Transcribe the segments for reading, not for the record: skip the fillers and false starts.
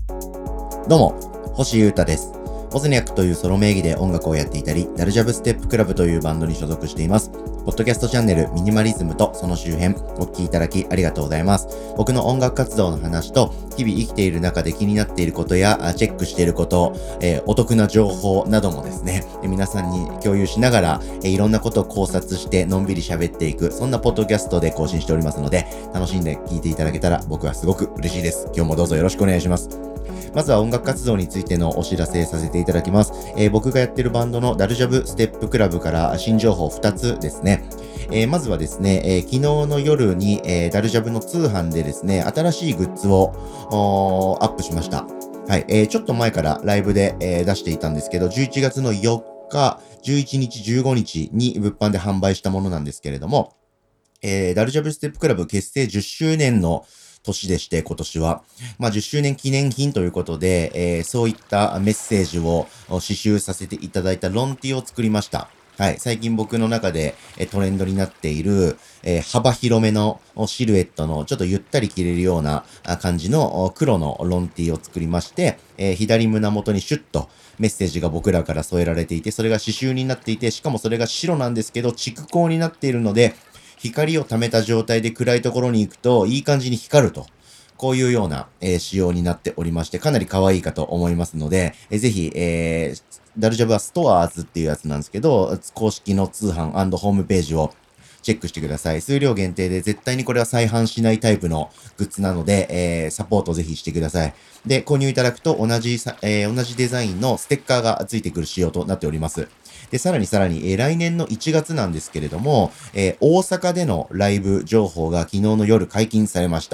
どうも、星優太です。ボズニャックというソロ名義で音楽をやっていたり、ダルジャブステップクラブというバンドに所属しています。ポッドキャストチャンネルミニマリズムとその周辺、お聞きいただきありがとうございます。僕の音楽活動の話と、日々生きている中で気になっていることや、チェックしていること、お得な情報などもですね、皆さんに共有しながら、いろんなことを考察してのんびり喋っていく、そんなポッドキャストで更新しておりますので、楽しんで聞いていただけたら僕はすごく嬉しいです。今日もどうぞよろしくお願いします。まずは音楽活動についてのお知らせさせていただきます。僕がやってるバンドのダルジャブステップクラブから新情報2つですね。まずはですね、昨日の夜に、ダルジャブの通販でですね、新しいグッズをアップしました。はい、ちょっと前からライブで、出していたんですけど、11月の4日、11日、15日に物販で販売したものなんですけれども、ダルジャブステップクラブ結成10周年の年でして、今年は。10周年記念品ということで、そういったメッセージを刺繍させていただいたロンティを作りました。はい。最近僕の中でトレンドになっている、幅広めのシルエットのちょっとゆったり着れるような感じの黒のロンティを作りまして、左胸元にシュッとメッセージが僕らから添えられていて、それが刺繍になっていて、しかもそれが白なんですけど、蓄光になっているので、光を溜めた状態で暗いところに行くといい感じに光ると。こういうような、仕様になっておりまして、かなり可愛いかと思いますので、ぜひ、ダルジャブはストアーズっていうやつなんですけど、公式の通販&ホームページをチェックしてください。数量限定で絶対にこれは再販しないタイプのグッズなので、サポートぜひしてください。で、購入いただくと同じデザインのステッカーがついてくる仕様となっております。で、さらに、来年の1月なんですけれども、大阪でのライブ情報が昨日の夜解禁されました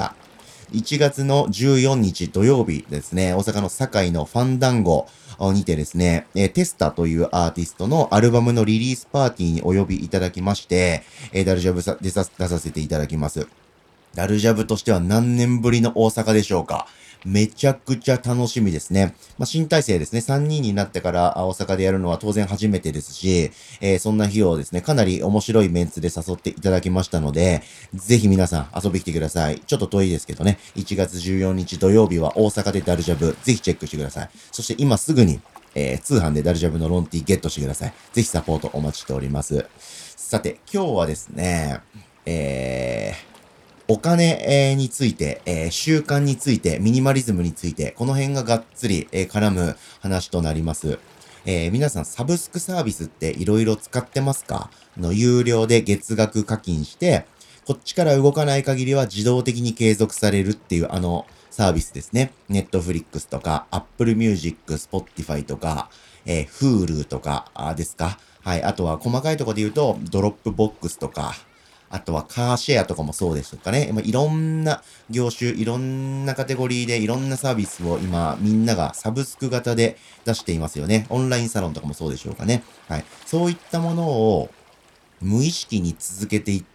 。1月の14日土曜日ですね、大阪の堺のファンダンゴにてですね、テスタというアーティストのアルバムのリリースパーティーにお呼びいただきまして、ダルジャブ出させていただきます。ダルジャブとしては何年ぶりの大阪でしょうか。めちゃくちゃ楽しみですね。新体制ですね。3人になってから大阪でやるのは当然初めてですし、そんな日をですね、かなり面白いメンツで誘っていただきましたので、ぜひ皆さん遊びに来てください。ちょっと遠いですけどね、1月14日土曜日は大阪でダルジャブ、ぜひチェックしてください。そして今すぐに、通販でダルジャブのロンティゲットしてください。ぜひサポートお待ちしております。さて、今日はですね、お金について、習慣について、ミニマリズムについて、この辺ががっつり絡む話となります。皆さんサブスクサービスっていろいろ使ってますか？有料で月額課金して、こっちから動かない限りは自動的に継続されるっていうサービスですね。Netflix とか Apple Music、Spotify とか、Hulu とかですか。はい。あとは細かいところで言うと、ドロップボックスとか、あとはカーシェアとかもそうですかね。いろんな業種、いろんなカテゴリーでいろんなサービスを今みんながサブスク型で出していますよね。オンラインサロンとかもそうでしょうかね。はい。そういったものを無意識に続けていって、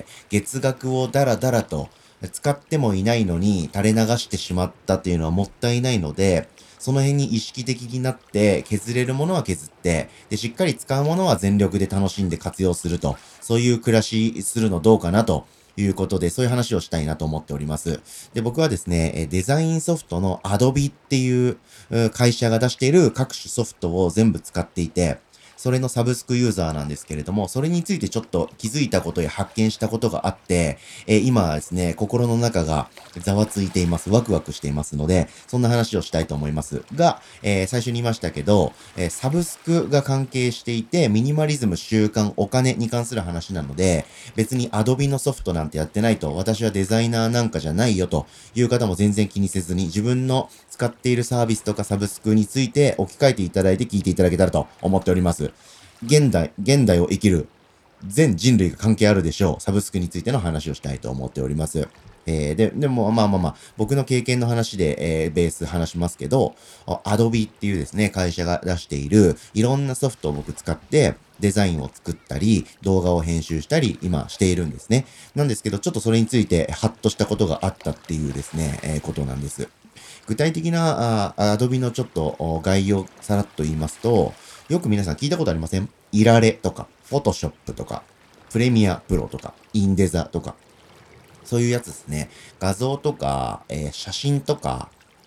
月額をダラダラと使ってもいないのに垂れ流してしまったっていうのはもったいないので、その辺に意識的になって削れるものは削って、で、しっかり使うものは全力で楽しんで活用すると、そういう暮らしするのどうかなということで、そういう話をしたいなと思っております。で、僕はですね、デザインソフトの Adobe っていう会社が出している各種ソフトを全部使っていて、それのサブスクユーザーなんですけれども、それについてちょっと気づいたことや発見したことがあって、今はですね、心の中がざわついています。ワクワクしていますので、そんな話をしたいと思いますが、最初に言いましたけど、サブスクが関係していて、ミニマリズム、習慣、お金に関する話なので、別に Adobe のソフトなんてやってないと、私はデザイナーなんかじゃないよという方も全然気にせずに、自分の使っているサービスとかサブスクについて置き換えていただいて聞いていただけたらと思っております。現代を生きる全人類が関係あるでしょう。サブスクについての話をしたいと思っております。でも、僕の経験の話で、ベース話しますけど、Adobe っていうですね、会社が出している、いろんなソフトを僕使って、デザインを作ったり、動画を編集したり、今しているんですね。なんですけど、ちょっとそれについて、ハッとしたことがあったっていうですね、ことなんです。具体的なAdobe のちょっと概要さらっと言いますと、よく皆さん聞いたことありません？イラレとか、Photoshop とか、プレミアプロとか、インデザとか、そういうやつですね。画像とか、写真とか、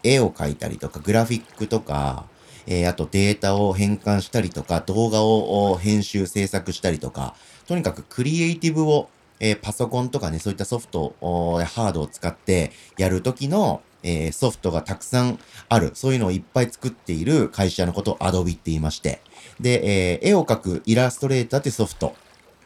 絵を描いたりとか、グラフィックとか、あとデータを変換したりとか、動画を編集、制作したりとか、とにかくクリエイティブを、パソコンとかね、そういったソフト、ハードを使ってやるときの、ソフトがたくさんある、そういうのをいっぱい作っている会社のことを Adobe って言いまして、で、絵を描くイラストレーターってソフト、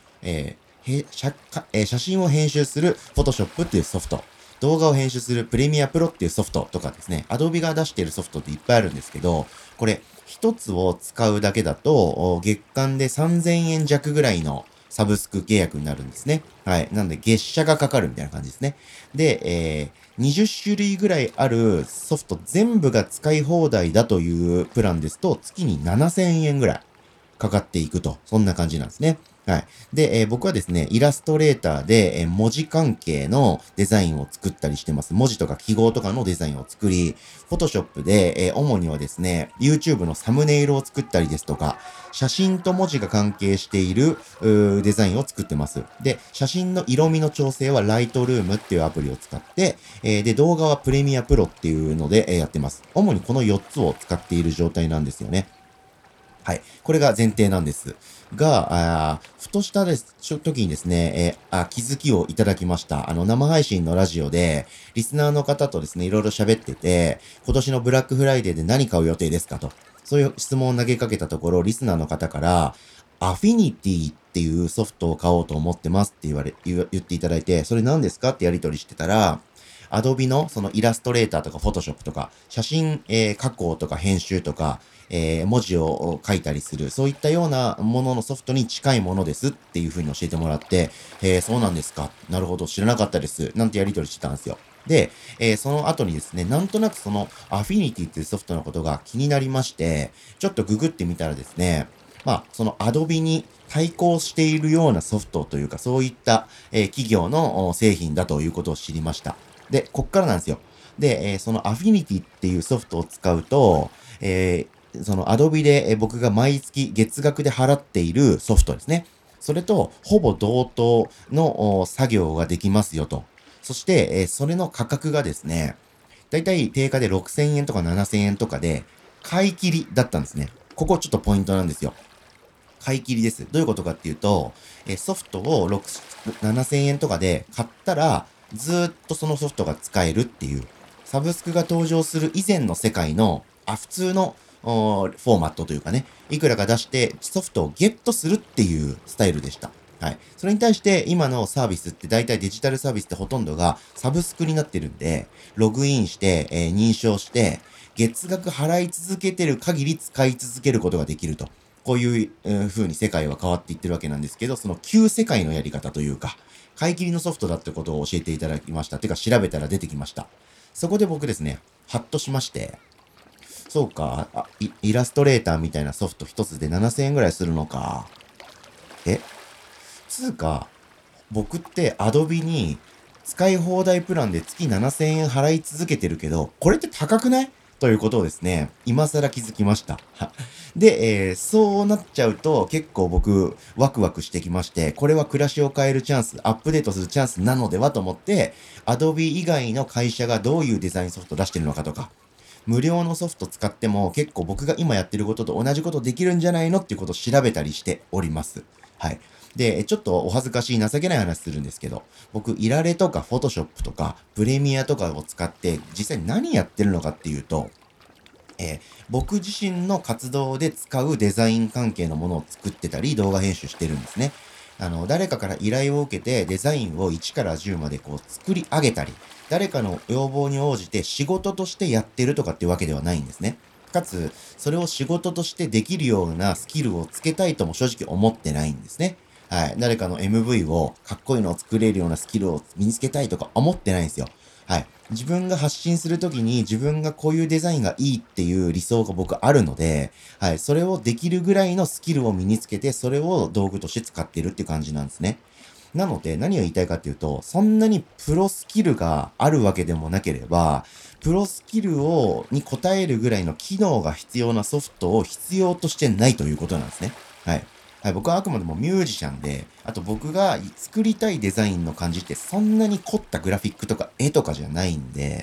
写真を編集する Photoshop っていうソフト、動画を編集する Premiere Pro っていうソフトとかですね、Adobe が出しているソフトっていっぱいあるんですけど、これ一つを使うだけだと、月間で3000円弱ぐらいのサブスク契約になるんですね。はい。なので月謝がかかるみたいな感じですね。で、20種類ぐらいあるソフト全部が使い放題だというプランですと、月に7000円ぐらいかかっていくと、そんな感じなんですね。はい。で、僕はですね、イラストレーターで、文字関係のデザインを作ったりしてます。文字とか記号とかのデザインを作り、Photoshop で、主にはですね、YouTube のサムネイルを作ったりですとか、写真と文字が関係しているデザインを作ってます。で、写真の色味の調整は Lightroom っていうアプリを使って、で、動画は Premiere Pro っていうので、やってます。主にこの4つを使っている状態なんですよね。はい。これが前提なんです。が、ふとした時にですね、気づきをいただきました。生配信のラジオで、リスナーの方とですね、いろいろ喋ってて、今年のブラックフライデーで何買う予定ですかと。そういう質問を投げかけたところ、リスナーの方から、アフィニティっていうソフトを買おうと思ってますって言っていただいて、それ何ですかってやり取りしてたら、Adobe のそのイラストレーターとか Photoshop とか、写真、加工とか編集とか、文字を書いたりする、そういったようなもののソフトに近いものですっていう風に教えてもらって、そうなんですか。なるほど、知らなかったです。なんてやり取りしてたんですよ。で、その後にですね、なんとなくその Affinity っていうソフトのことが気になりまして、ちょっとググってみたらですね、その Adobe に対抗しているようなソフトというか、そういった、企業の製品だということを知りました。で、こっからなんですよ。で、その Affinity っていうソフトを使うと、その Adobe で、僕が毎月月額で払っているソフトですね。それとほぼ同等の作業ができますよと。そして、それの価格がですね、だいたい定価で6000円とか7000円とかで、買い切りだったんですね。ここちょっとポイントなんですよ。買い切りです。どういうことかっていうと、ソフトを7000円とかで買ったら、ずーっとそのソフトが使えるっていう、サブスクが登場する以前の世界の、普通のフォーマットというかね、いくらか出してソフトをゲットするっていうスタイルでした。はい。それに対して今のサービスって大体デジタルサービスってほとんどがサブスクになってるんで、ログインして、認証して、月額払い続けてる限り使い続けることができると。こういう風に世界は変わっていってるわけなんですけど、その旧世界のやり方というか、買い切りのソフトだってことを教えていただきました。てか調べたら出てきました。そこで僕ですね、ハッとしまして、そうか、イラストレーターみたいなソフト一つで7000円ぐらいするのか。えつうか、僕って Adobe に使い放題プランで月7000円払い続けてるけど、これって高くないということをですね、今更気づきました。で、そうなっちゃうと結構僕ワクワクしてきまして、これは暮らしを変えるチャンス、アップデートするチャンスなのではと思って、Adobe 以外の会社がどういうデザインソフト出してるのかとか、無料のソフト使っても結構僕が今やってることと同じことできるんじゃないのっていうことを調べたりしております。はい。で、ちょっとお恥ずかしい情けない話するんですけど、僕、イラレとかフォトショップとかプレミアとかを使って実際に何やってるのかっていうと、僕自身の活動で使うデザイン関係のものを作ってたり動画編集してるんですね。誰かから依頼を受けてデザインを1から10までこう作り上げたり、誰かの要望に応じて仕事としてやってるとかっていうわけではないんですね。かつ、それを仕事としてできるようなスキルをつけたいとも正直思ってないんですね。はい。誰かの MV をかっこいいのを作れるようなスキルを身につけたいとか思ってないんですよ。はい。自分が発信するときに自分がこういうデザインがいいっていう理想が僕あるので、はい。それをできるぐらいのスキルを身につけて、それを道具として使ってるっていう感じなんですね。なので、何を言いたいかっていうと、そんなにプロスキルがあるわけでもなければ、プロスキルに応えるぐらいの機能が必要なソフトを必要としてないということなんですね。はい。はい、僕はあくまでもミュージシャンで、あと僕が作りたいデザインの感じってそんなに凝ったグラフィックとか絵とかじゃないんで、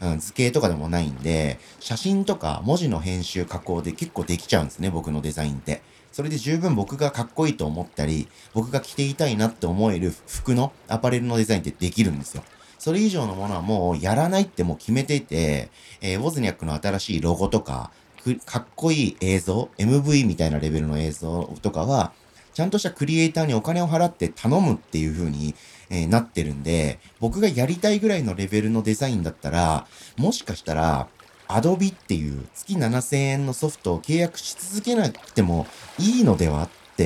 図形とかでもないんで、写真とか文字の編集加工で結構できちゃうんですね、僕のデザインって。それで十分僕がかっこいいと思ったり、僕が着ていたいなって思える服のアパレルのデザインってできるんですよ。それ以上のものはもうやらないってもう決めていて、ウォズニャックの新しいロゴとか、かっこいい映像、MV みたいなレベルの映像とかは、ちゃんとしたクリエイターにお金を払って頼むっていう風に、なってるんで、僕がやりたいぐらいのレベルのデザインだったら、もしかしたら、Adobe っていう月7000円のソフトを契約し続けなくてもいいのではって、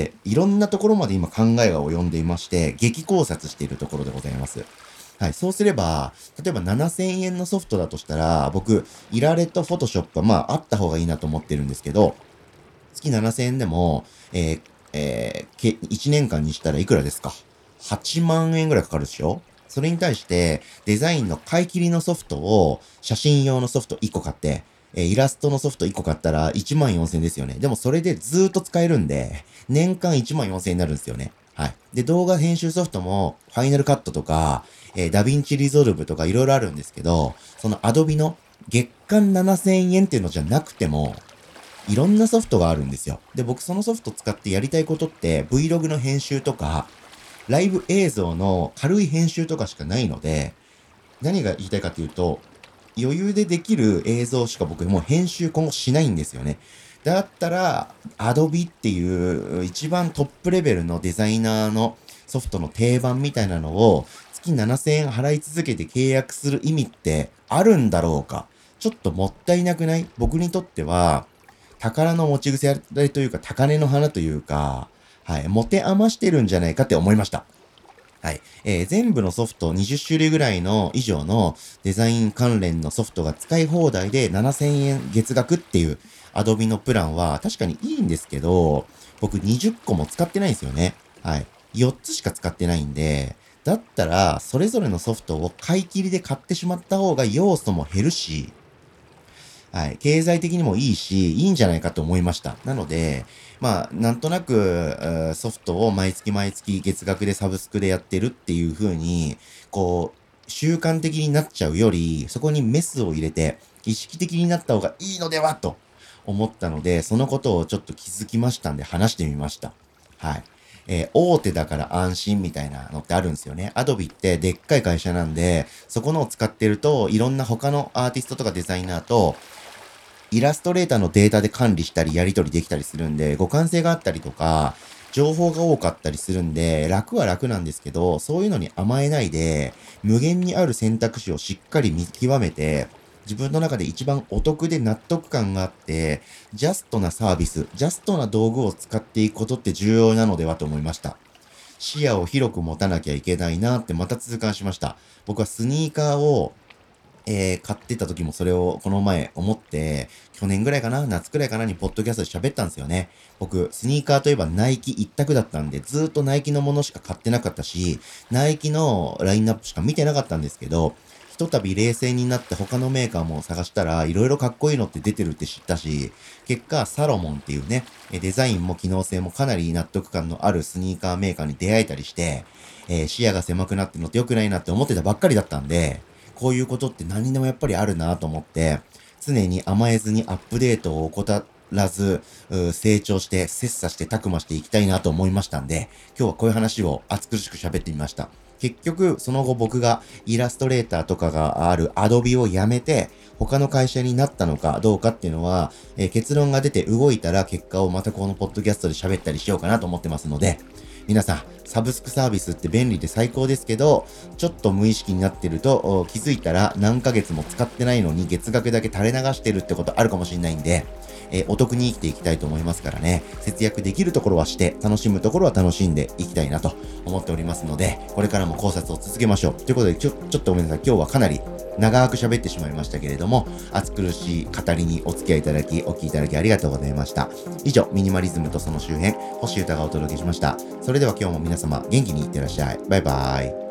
いろんなところまで今考えが及んでいまして、激考察しているところでございます。はい。そうすれば、例えば7000円のソフトだとしたら、僕、イラレとフォトショップはあった方がいいなと思ってるんですけど、月7000円でも、1年間にしたらいくらですか？ 8 万円ぐらいかかるでしょ？それに対して、デザインの買い切りのソフトを、写真用のソフト1個買って、イラストのソフト1個買ったら1万4000円ですよね。でもそれでずーっと使えるんで、年間1万4000円になるんですよね。はい。で、動画編集ソフトも、ファイナルカットとか、ダヴィンチリゾルブとかいろいろあるんですけど、その Adobe の月間7000円っていうのじゃなくても、いろんなソフトがあるんですよ。で、僕そのソフト使ってやりたいことって Vlog の編集とか、ライブ映像の軽い編集とかしかないので、何が言いたいかというと、余裕でできる映像しか僕もう編集今後しないんですよね。だったら、Adobe っていう一番トップレベルのデザイナーのソフトの定番みたいなのを月7000円払い続けて契約する意味ってあるんだろうか。ちょっともったいなくない？僕にとっては、宝の持ち腐れというか、高嶺の花というか、はい、持て余してるんじゃないかって思いました。はい。全部のソフト20種類ぐらいの以上のデザイン関連のソフトが使い放題で7000円月額っていう Adobe のプランは確かにいいんですけど、僕20個も使ってないんですよね。はい。4つしか使ってないんで、だったらそれぞれのソフトを買い切りで買ってしまった方が要素も減るし、はい。経済的にもいいし、いいんじゃないかと思いました。なので、なんとなく、ソフトを毎月毎月月額でサブスクでやってるっていう風に、習慣的になっちゃうより、そこにメスを入れて、意識的になった方がいいのではと思ったので、そのことをちょっと気づきましたんで話してみました。はい。大手だから安心みたいなのってあるんですよね。アドビってでっかい会社なんで、そこのを使ってると、いろんな他のアーティストとかデザイナーと、イラストレーターのデータで管理したりやり取りできたりするんで、互換性があったりとか、情報が多かったりするんで、楽は楽なんですけど、そういうのに甘えないで、無限にある選択肢をしっかり見極めて、自分の中で一番お得で納得感があって、ジャストなサービス、ジャストな道具を使っていくことって重要なのではと思いました。視野を広く持たなきゃいけないなってまた痛感しました。僕はスニーカーを買ってた時もそれをこの前思って、去年ぐらいかな、夏くらいかなにポッドキャストで喋ったんですよね。僕、スニーカーといえばナイキ一択だったんで、ずーっとナイキのものしか買ってなかったし、ナイキのラインナップしか見てなかったんですけど、ひとたび冷静になって他のメーカーも探したら、いろいろかっこいいのって出てるって知ったし、結果、サロモンっていうね、デザインも機能性もかなり納得感のあるスニーカーメーカーに出会えたりして、視野が狭くなってるのって良くないなって思ってたばっかりだったんで、こういうことって何にでもやっぱりあるなと思って、常に甘えずにアップデートを怠らず、成長して、切磋して、琢磨していきたいなと思いましたんで、今日はこういう話を熱苦しく喋ってみました。結局、その後僕がイラストレーターとかがある Adobe をやめて、他の会社になったのかどうかっていうのは、結論が出て動いたら結果をまたこのポッドキャストで喋ったりしようかなと思ってますので、皆さん、サブスクサービスって便利で最高ですけど、ちょっと無意識になってると、気づいたら何ヶ月も使ってないのに月額だけ垂れ流してるってことあるかもしれないんで、お得に生きていきたいと思いますからね、節約できるところはして、楽しむところは楽しんでいきたいなと思っておりますので、これからも考察を続けましょう。ということで、ちょっとごめんなさい。今日はかなり長く喋ってしまいましたけれども、暑苦しい語りにお付き合いいただき、お聞きいただきありがとうございました。以上、ミニマリズムとその周辺、星歌がお届けしました。それでは今日も皆様、元気にいってらっしゃい。バイバーイ。